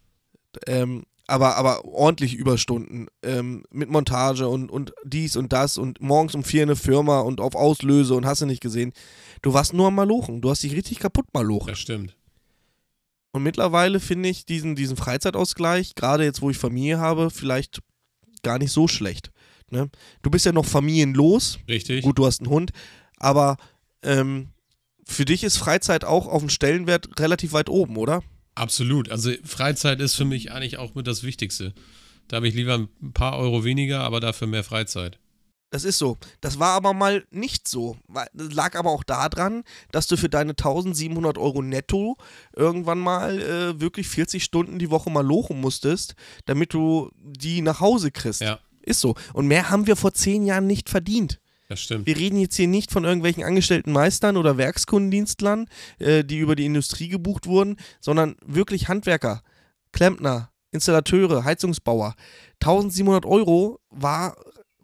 Ähm, aber, aber ordentlich Überstunden ähm, mit Montage und, und dies und das und morgens um vier in eine Firma und auf Auslöse und hast du nicht gesehen. Du warst nur am Malochen, du hast dich richtig kaputt malochen. Das stimmt. Und mittlerweile finde ich diesen, diesen Freizeitausgleich, gerade jetzt, wo ich Familie habe, vielleicht gar nicht so schlecht. Ne? Du bist ja noch familienlos. Richtig. Gut, du hast einen Hund, aber ähm, für dich ist Freizeit auch auf dem Stellenwert relativ weit oben, oder? Absolut. Also Freizeit ist für mich eigentlich auch mit das Wichtigste. Da habe ich lieber ein paar Euro weniger, aber dafür mehr Freizeit. Das ist so. Das war aber mal nicht so. Das lag aber auch daran, dass du für deine eintausendsiebenhundert Euro netto irgendwann mal äh, wirklich vierzig Stunden die Woche mal lochen musstest, damit du die nach Hause kriegst. Ja. Ist so. Und mehr haben wir vor zehn Jahren nicht verdient. Das stimmt. Wir reden jetzt hier nicht von irgendwelchen angestellten Meistern oder Werkskundendienstlern, äh, die über die Industrie gebucht wurden, sondern wirklich Handwerker, Klempner, Installateure, Heizungsbauer. eintausendsiebenhundert Euro war,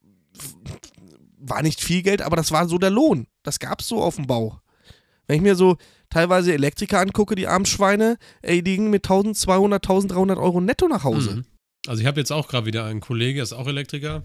war nicht viel Geld, aber das war so der Lohn. Das gab es so auf dem Bau. Wenn ich mir so teilweise Elektriker angucke, die armen Schweine, ey, die gingen mit eintausendzweihundert, eintausenddreihundert Euro netto nach Hause. Mhm. Also ich habe jetzt auch gerade wieder einen Kollege, der ist auch Elektriker.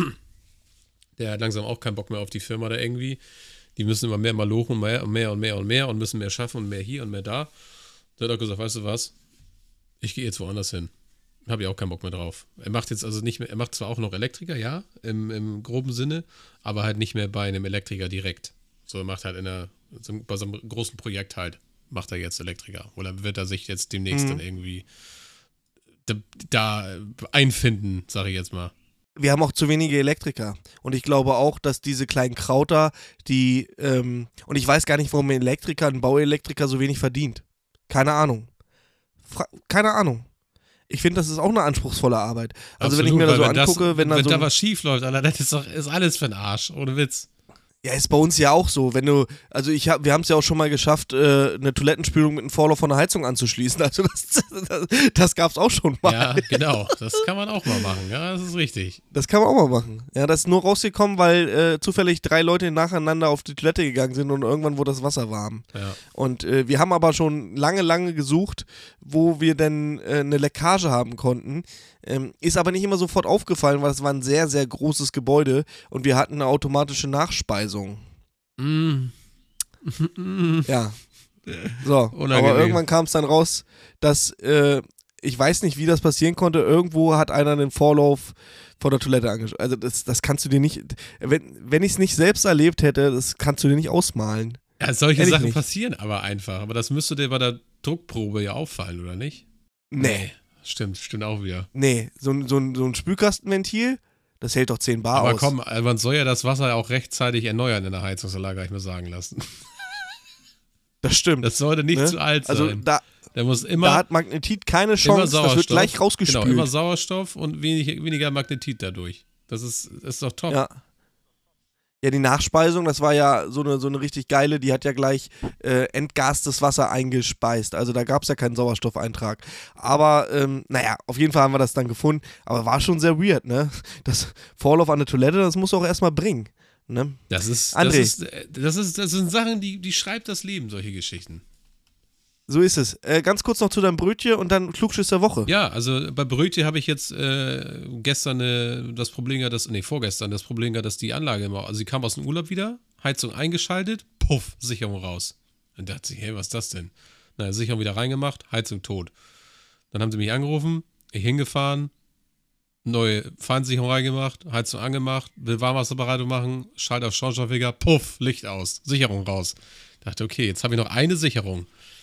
Der hat langsam auch keinen Bock mehr auf die Firma da irgendwie. Die müssen immer mehr malochen und mehr und mehr und mehr und mehr und müssen mehr schaffen und mehr hier und mehr da. Der hat auch gesagt, weißt du was? Ich gehe jetzt woanders hin. Habe ich auch keinen Bock mehr drauf. Er macht jetzt also nicht mehr, er macht zwar auch noch Elektriker, ja, im, im groben Sinne, aber halt nicht mehr bei einem Elektriker direkt. So, er macht halt in der, so, bei so einem großen Projekt halt, macht er jetzt Elektriker. Oder wird er sich jetzt demnächst Mhm. dann irgendwie da, da einfinden, sage ich jetzt mal. Wir haben auch zu wenige Elektriker. Und ich glaube auch, dass diese kleinen Krauter, die, ähm, und ich weiß gar nicht, warum ein Elektriker, ein Bauelektriker so wenig verdient. Keine Ahnung. Fra- keine Ahnung. Ich finde, das ist auch eine anspruchsvolle Arbeit. Also Absolut, wenn ich mir das so weil wenn angucke, das, wenn da wenn so da ein, was schief läuft, Alter, das ist doch ist alles für den Arsch, ohne Witz. ja, ist bei uns ja auch so, wenn du, also ich hab, wir haben es ja auch schon mal geschafft, äh, eine Toilettenspülung mit einem Vorlauf von der Heizung anzuschließen. Also das, das, das gab es auch schon mal. Ja, genau, das kann man auch mal machen, ja, das ist richtig. Das kann man auch mal machen. Ja, das ist nur rausgekommen, weil äh, zufällig drei Leute nacheinander auf die Toilette gegangen sind und irgendwann wurde das Wasser warm. Ja. Und äh, wir haben aber schon lange, lange gesucht, wo wir denn äh, eine Leckage haben konnten. Ähm, ist aber nicht immer sofort aufgefallen, weil es war ein sehr, sehr großes Gebäude und wir hatten eine automatische Nachspeisung. Mm. Ja. So, Unangenehm. aber irgendwann kam es dann raus, dass, äh, ich weiß nicht, wie das passieren konnte, irgendwo hat einer den Vorlauf von der Toilette angeschaut. Also das, das kannst du dir nicht, wenn, wenn ich es nicht selbst erlebt hätte, das kannst du dir nicht ausmalen. Ja, solche Ehrlich Sachen nicht. passieren aber einfach, aber das müsste dir bei der Druckprobe ja auffallen, oder nicht? Nee. Stimmt, stimmt auch wieder. Nee, so, ein- so, ein- so ein Spülkastenventil, das hält doch zehn Bar Aber aus. komm, man soll ja das Wasser auch rechtzeitig erneuern in der Heizungsanlage, habe ich mir sagen lassen. Das stimmt. Das sollte nicht ne? zu alt sein. Also da, Der muss immer, da hat Magnetit keine immer Chance, Sauerstoff. das wird gleich rausgespült. Genau, immer Sauerstoff und wenig, weniger Magnetit dadurch. Das ist, das ist doch top. Ja. Ja, die Nachspeisung, das war ja so eine, so eine richtig geile, die hat ja gleich äh, entgastes Wasser eingespeist. Also da gab es ja keinen Sauerstoffeintrag. Aber, ähm, naja, auf jeden Fall haben wir das dann gefunden. Aber war schon sehr weird, ne? Das Vorlauf an der Toilette, das musst du auch erstmal bringen. Ne? Das ist, André. das ist, das ist, das sind Sachen, die, die schreibt das Leben, solche Geschichten. So ist es. Äh, ganz kurz noch zu deinem Brötchen und dann Klugschiss der Woche. Ja, also bei Brötchen habe ich jetzt äh, gestern äh, das Problem gehabt, dass, nee, vorgestern das Problem gehabt, dass die Anlage immer, also sie kam aus dem Urlaub wieder, Heizung eingeschaltet, puff, Sicherung raus. Dann dachte ich, hey, was ist das denn? Naja, Sicherung wieder reingemacht, Heizung tot. Dann haben sie mich angerufen, ich hingefahren, neue Feinsicherung reingemacht, Heizung angemacht, will Warmwasserbereitung machen, Schalt auf Schornsteinfeger, puff, Licht aus, Sicherung raus. Dachte, okay, jetzt habe ich noch eine Sicherung.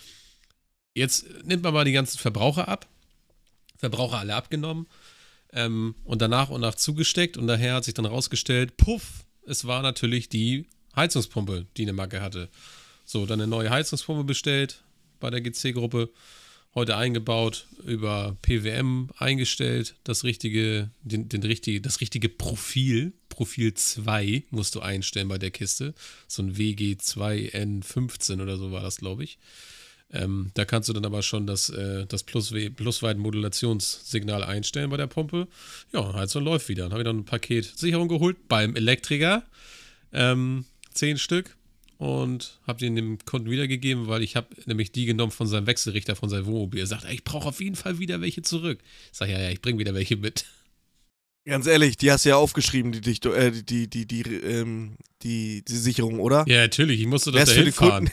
Jetzt nimmt man mal die ganzen Verbraucher ab, Verbraucher alle abgenommen ähm, und danach und nach zugesteckt und daher hat sich dann rausgestellt, puff, es war natürlich die Heizungspumpe, die eine Macke hatte. So, dann eine neue Heizungspumpe bestellt bei der G C-Gruppe, heute eingebaut, über P W M eingestellt, das richtige, den, den richtige, das richtige Profil, Profil zwei musst du einstellen bei der Kiste, so ein W G zwei N fünfzehn oder so war das, glaube ich. Ähm, da kannst du dann aber schon das, äh, das Plus Plusweiten-Modulationssignal einstellen bei der Pumpe. Ja, Heizung läuft wieder. Dann habe ich dann ein Paket Sicherung geholt beim Elektriker. Ähm, zehn Stück. Und habe die dem Kunden wiedergegeben, weil ich habe nämlich die genommen von seinem Wechselrichter, von seinem Wohnmobil. Er sagt, ey, ich brauche auf jeden Fall wieder welche zurück. Ich sage, ja, ja, ich bringe wieder welche mit. Ganz ehrlich, die hast du ja aufgeschrieben, die, die, äh, die, die, die, ähm, die, die Sicherung, oder? Ja, natürlich. Ich musste doch Wär's dahin fahren.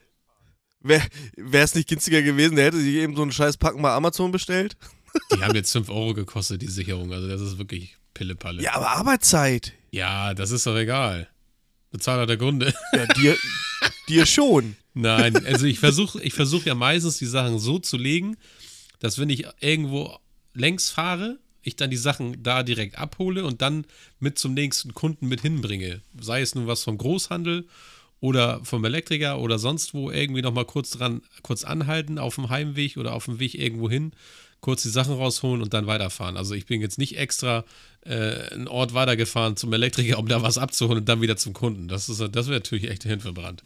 Wäre es nicht günstiger gewesen, der hätte sich eben so einen scheiß Packen bei Amazon bestellt. Die haben jetzt fünf Euro gekostet, die Sicherung. Also das ist wirklich Pillepalle. Ja, aber Arbeitszeit. Ja, das ist doch egal. Bezahler der Kunde. Ja, dir, dir schon. Nein, also ich versuche ich versuch ja meistens die Sachen so zu legen, dass wenn ich irgendwo längs fahre, ich dann die Sachen da direkt abhole und dann mit zum nächsten Kunden mit hinbringe. Sei es nun was vom Großhandel oder vom Elektriker oder sonst wo, irgendwie nochmal kurz dran, kurz anhalten auf dem Heimweg oder auf dem Weg irgendwo hin, kurz die Sachen rausholen und dann weiterfahren. Also ich bin jetzt nicht extra äh, einen Ort weitergefahren zum Elektriker, um da was abzuholen und dann wieder zum Kunden. Das ist, das wäre natürlich echt hinverbrannt.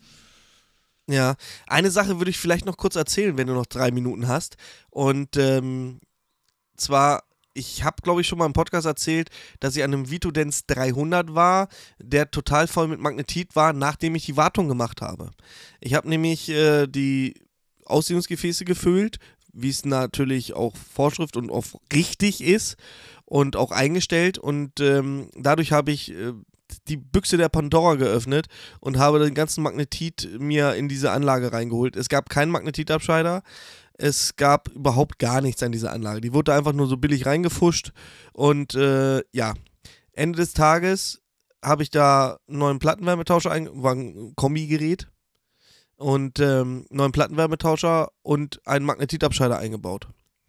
Ja, eine Sache würde ich vielleicht noch kurz erzählen, wenn du noch drei Minuten hast. Und ähm, zwar, ich habe, glaube ich, schon mal im Podcast erzählt, dass ich an einem Vitudens dreihundert war, der total voll mit Magnetit war, nachdem ich die Wartung gemacht habe. Ich habe nämlich äh, die Ausdehnungsgefäße gefüllt, wie es natürlich auch Vorschrift und auch richtig ist und auch eingestellt. Und ähm, dadurch habe ich äh, die Büchse der Pandora geöffnet und habe den ganzen Magnetit mir in diese Anlage reingeholt. Es gab keinen Magnetitabscheider. Es gab überhaupt gar nichts an dieser Anlage. Die wurde einfach nur so billig reingefuscht. Und äh, ja, Ende des Tages habe ich da einen neuen Plattenwärmetauscher eingebaut, war ein Kombigerät. Und ähm, neuen Plattenwärmetauscher und einen Magnetitabscheider eingebaut.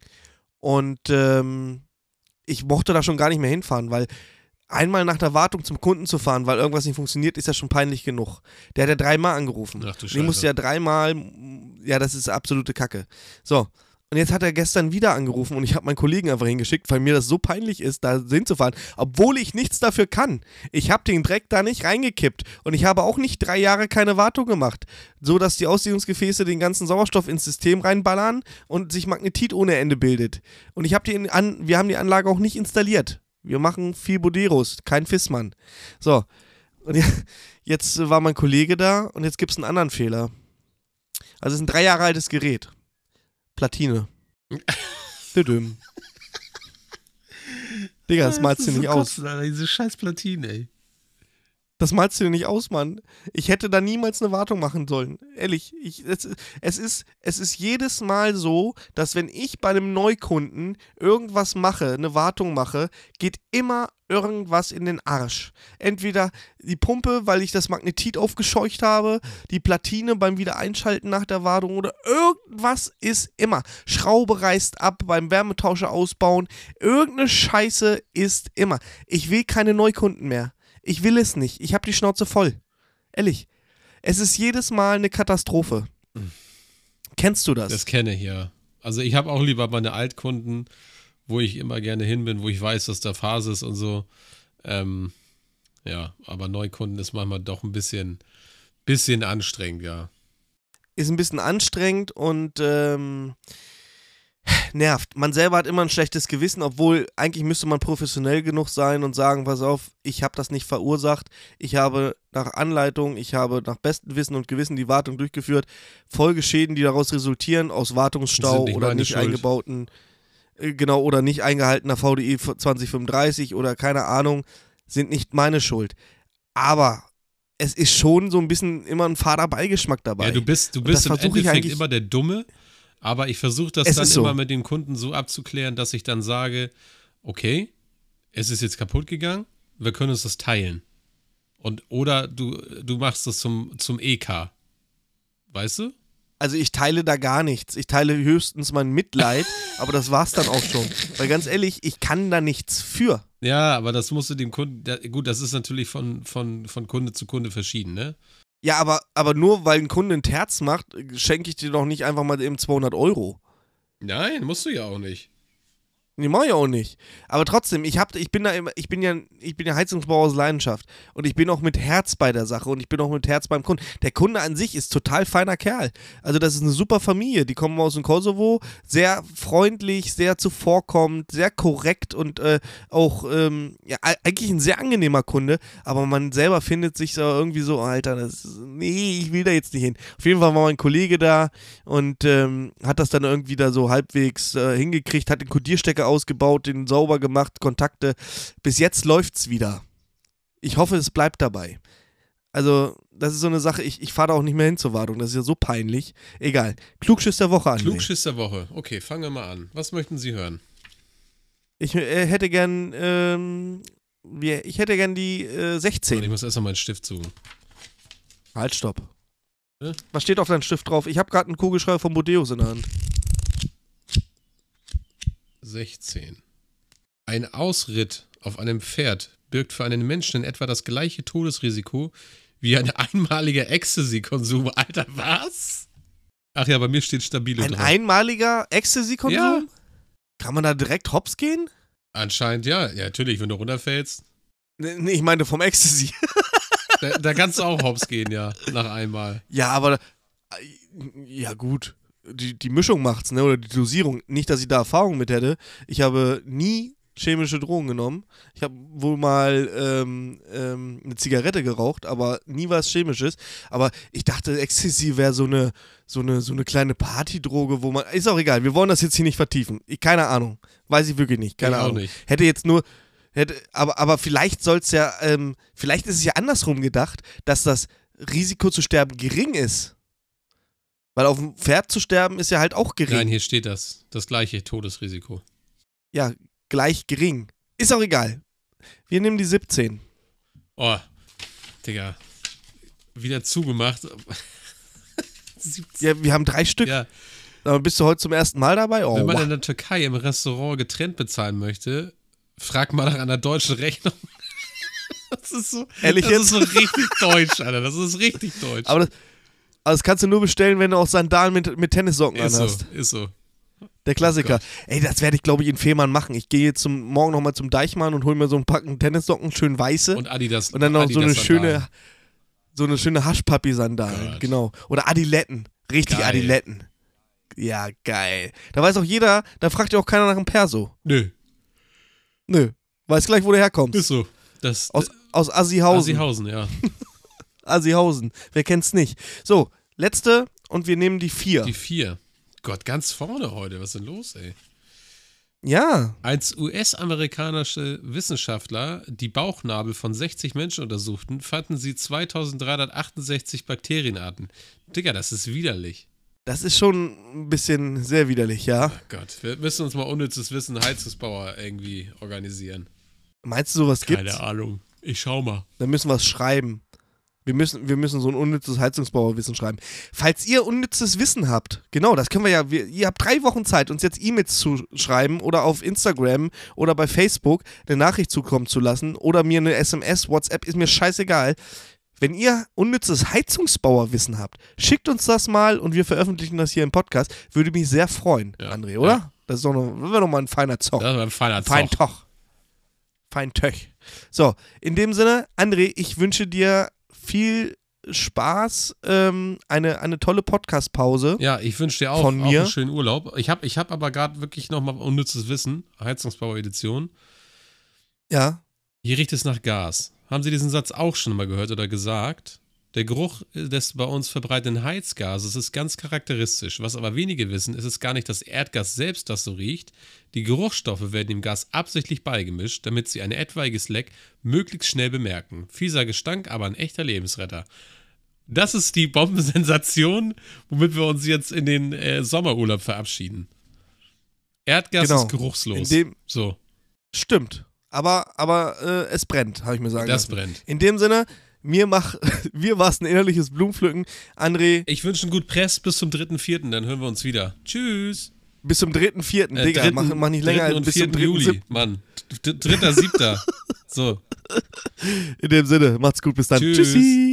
Und ähm, ich mochte da schon gar nicht mehr hinfahren, weil einmal nach der Wartung zum Kunden zu fahren, weil irgendwas nicht funktioniert, ist ja schon peinlich genug. Der hat ja dreimal angerufen. Ach du Scheiße. Den musste ja dreimal, ja, das ist absolute Kacke. So, und jetzt hat er gestern wieder angerufen und ich habe meinen Kollegen einfach hingeschickt, weil mir das so peinlich ist, da hinzufahren, obwohl ich nichts dafür kann. Ich habe den Dreck da nicht reingekippt und ich habe auch nicht drei Jahre keine Wartung gemacht, so dass die Ausdehnungsgefäße den ganzen Sauerstoff ins System reinballern und sich Magnetit ohne Ende bildet. Und ich habe die an, wir haben die Anlage auch nicht installiert. Wir machen viel Boderos, kein Fissmann. So, und jetzt war mein Kollege da und jetzt gibt es einen anderen Fehler. Also es ist ein drei Jahre altes Gerät. Platine. Düdüm. Digga, das malst du dir nicht aus. Alter, diese scheiß Platine, ey. Das malst du dir nicht aus, Mann. Ich hätte da niemals eine Wartung machen sollen. Ehrlich, ich, es, es, ist, es ist jedes Mal so, dass wenn ich bei einem Neukunden irgendwas mache, eine Wartung mache, geht immer irgendwas in den Arsch. Entweder die Pumpe, weil ich das Magnetit aufgescheucht habe, die Platine beim Wiedereinschalten nach der Wartung oder irgendwas ist immer. Schraube reißt ab beim Wärmetauscher ausbauen. Irgendeine Scheiße ist immer. Ich will keine Neukunden mehr. Ich will es nicht. Ich habe die Schnauze voll. Ehrlich. Es ist jedes Mal eine Katastrophe. Mhm. Kennst du das? Das kenne ich, ja. Also ich habe auch lieber meine Altkunden, wo ich immer gerne hin bin, wo ich weiß, dass da Phase ist und so. Ähm, ja, aber Neukunden ist manchmal doch ein bisschen, bisschen anstrengend, ja. Ist ein bisschen anstrengend und ähm, nervt. Man selber hat immer ein schlechtes Gewissen, obwohl eigentlich müsste man professionell genug sein und sagen, pass auf, ich habe das nicht verursacht, ich habe nach Anleitung, ich habe nach bestem Wissen und Gewissen die Wartung durchgeführt, Folgeschäden, die daraus resultieren, aus Wartungsstau nicht oder meine nicht Schuld. eingebauten, äh, genau, oder nicht eingehaltener V D I zwanzig fünfunddreißig oder keine Ahnung, sind nicht meine Schuld. Aber es ist schon so ein bisschen immer ein fader Beigeschmack dabei. Ja, du bist, du Und bist das im versuche ich Endeffekt eigentlich- immer der Dumme, aber ich versuche das Es dann ist so. immer mit den Kunden so abzuklären, dass ich dann sage, okay, es ist jetzt kaputt gegangen, wir können uns das teilen. Und, oder du, du machst das zum, zum E K. Weißt du? Also ich teile da gar nichts. Ich teile höchstens mein Mitleid, aber das war's dann auch schon. Weil ganz ehrlich, ich kann da nichts für. Ja, aber das musst du dem Kunden, da, gut, das ist natürlich von, von, von Kunde zu Kunde verschieden, ne? Ja, aber, aber nur weil ein Kunde ein Terz macht, schenke ich dir doch nicht einfach mal eben zweihundert Euro. Nein, musst du ja auch nicht. Nee, mach ich auch nicht. Aber trotzdem, ich, hab, ich, bin da immer, ich, bin ja, ich bin ja Heizungsbauer aus Leidenschaft. Und ich bin auch mit Herz bei der Sache und ich bin auch mit Herz beim Kunden. Der Kunde an sich ist total feiner Kerl. Also das ist eine super Familie. Die kommen aus dem Kosovo. Sehr freundlich, sehr zuvorkommend, sehr korrekt und äh, auch ähm, ja, eigentlich ein sehr angenehmer Kunde. Aber man selber findet sich so irgendwie so, Alter, das ist, nee, ich will da jetzt nicht hin. Auf jeden Fall war mein Kollege da und ähm, hat das dann irgendwie da so halbwegs äh, hingekriegt, hat den Kodierstecker ausgebaut, den sauber gemacht, Kontakte. Bis jetzt läuft's wieder. Ich hoffe, es bleibt dabei. Also, das ist so eine Sache, ich, ich fahre da auch nicht mehr hin zur Wartung, das ist ja so peinlich. Egal. Klugschiss der Woche an. Klugschiss der Woche. Okay, fangen wir mal an. Was möchten Sie hören? Ich äh, hätte gern, ähm, wir, ich hätte gern die äh, sechzehn. Ich muss erst mal meinen Stift suchen. Halt, stopp. Hä? Was steht auf deinem Stift drauf? Ich habe gerade einen Kugelschreiber von Bodeus in der Hand. sechzehn. Ein Ausritt auf einem Pferd birgt für einen Menschen in etwa das gleiche Todesrisiko wie ein einmaliger Ecstasy-Konsum. Alter, was? Ach ja, bei mir steht stabile Ein drauf. einmaliger Ecstasy-Konsum? Ja. Kann man da direkt hops gehen? Anscheinend ja. Ja, natürlich, wenn du runterfällst. Nee, nee, ich meine vom Ecstasy. Da, da kannst du auch hops gehen, ja, nach einmal. Ja, aber, äh, ja gut, die, die Mischung macht's, ne, oder die Dosierung. Nicht, dass ich da Erfahrung mit hätte. Ich habe nie chemische Drogen genommen. Ich habe wohl mal ähm, ähm, eine Zigarette geraucht, aber nie was Chemisches. Aber ich dachte, Ecstasy wäre so eine, so eine, so eine kleine Partydroge, wo man, ist auch egal, wir wollen das jetzt hier nicht vertiefen. Ich, keine Ahnung, weiß ich wirklich nicht, keine Ich auch Ahnung. nicht. Hätte jetzt nur, hätte, aber, aber vielleicht soll es ja, ähm, vielleicht ist es ja andersrum gedacht, dass das Risiko zu sterben gering ist. Weil auf dem Pferd zu sterben ist ja halt auch gering. Nein, hier steht das. Das gleiche Todesrisiko. Ja, gleich gering. Ist auch egal. Wir nehmen die siebzehn. Oh, Digga. Wieder zugemacht. siebzehn. Ja, wir haben drei Stück. Ja, Aber bist du heute zum ersten Mal dabei? Oh, wenn man wow. in der Türkei im Restaurant getrennt bezahlen möchte, frag mal nach einer deutschen Rechnung. Das ist so, Ehrlich das jetzt? ist so richtig deutsch, Alter. Das ist richtig deutsch. Aber das, aber das kannst du nur bestellen, wenn du auch Sandalen mit, mit Tennissocken ist so, anhast. ist so. Der Klassiker. Oh Ey, das werde ich, glaube ich, in Fehmarn machen. Ich gehe jetzt zum, morgen nochmal zum Deichmann und hole mir so ein Packen Tennissocken, schön weiße. Und Adidas. Und dann noch so eine Adidas schöne, so eine schöne Haschpapi-Sandalen. Gott. Genau. Oder Adiletten. Richtig Geil. Adiletten. Ja, geil. Da weiß auch jeder, da fragt ja auch keiner nach dem Perso. Nö, Nö. Weiß gleich, wo du herkommst. ist so. Das, Aus, aus Assihausen. Assihausen, ja. Assihausen. Wer kennt's nicht? So, letzte und wir nehmen die vier. Die vier. Gott, ganz vorne heute. Was ist denn los, ey? Ja. Als U S-amerikanische Wissenschaftler die Bauchnabel von sechzig Menschen untersuchten, fanden sie zweitausenddreihundertachtundsechzig Bakterienarten. Digga, das ist widerlich. Das ist schon ein bisschen sehr widerlich, ja. Oh Gott, wir müssen uns mal unnützes Wissen Heizungsbauer irgendwie organisieren. Meinst du, sowas Keine gibt's? Ahnung. Ich schau mal. Dann müssen wir es schreiben. Wir müssen, wir müssen so ein unnützes Heizungsbauerwissen schreiben. Falls ihr unnützes Wissen habt, genau, das können wir ja, wir, ihr habt drei Wochen Zeit, uns jetzt E-Mails zu schreiben oder auf Instagram oder bei Facebook eine Nachricht zukommen zu lassen oder mir eine S M S, WhatsApp, ist mir scheißegal. Wenn ihr unnützes Heizungsbauerwissen habt, schickt uns das mal und wir veröffentlichen das hier im Podcast. Würde mich sehr freuen, Ja, André, oder? ja. Das ist doch noch, das wäre doch mal ein feiner Zock. Das war ein feiner Fein Zoch. Toch. Fein Töch. So, in dem Sinne, André, ich wünsche dir viel Spaß, ähm, eine, eine tolle Podcast-Pause. Ja, ich wünsche dir auch, von auch mir. einen schönen Urlaub. Ich habe ich hab aber gerade wirklich nochmal unnützes Wissen, Heizungsbauer-Edition. Ja. Hier riecht es nach Gas. Haben Sie diesen Satz auch schon mal gehört oder gesagt? Der Geruch des bei uns verbreiteten Heizgases ist ganz charakteristisch. Was aber wenige wissen, ist es gar nicht das Erdgas selbst, das so riecht. Die Geruchsstoffe werden dem Gas absichtlich beigemischt, damit sie ein etwaiges Leck möglichst schnell bemerken. Fieser Gestank, aber ein echter Lebensretter. Das ist die Bombensensation, womit wir uns jetzt in den äh, Sommerurlaub verabschieden. Erdgas Genau. ist geruchslos. In dem, so. Stimmt. Aber, aber äh, es brennt, habe ich mir sagen Das lassen. brennt. In dem Sinne, mir, mach, mir war es ein innerliches Blumenpflücken. André, Ich wünsche einen gut Press bis zum dritten vierten Dann hören wir uns wieder. Tschüss. bis zum dritten vierten Äh, Digga, dritten, mach, mach nicht länger dritten als und bis zum vierten dritten Juli, siebten Mann. D- dritter siebter So. In dem Sinne, macht's gut, bis dann. Tschüss. Tschüssi.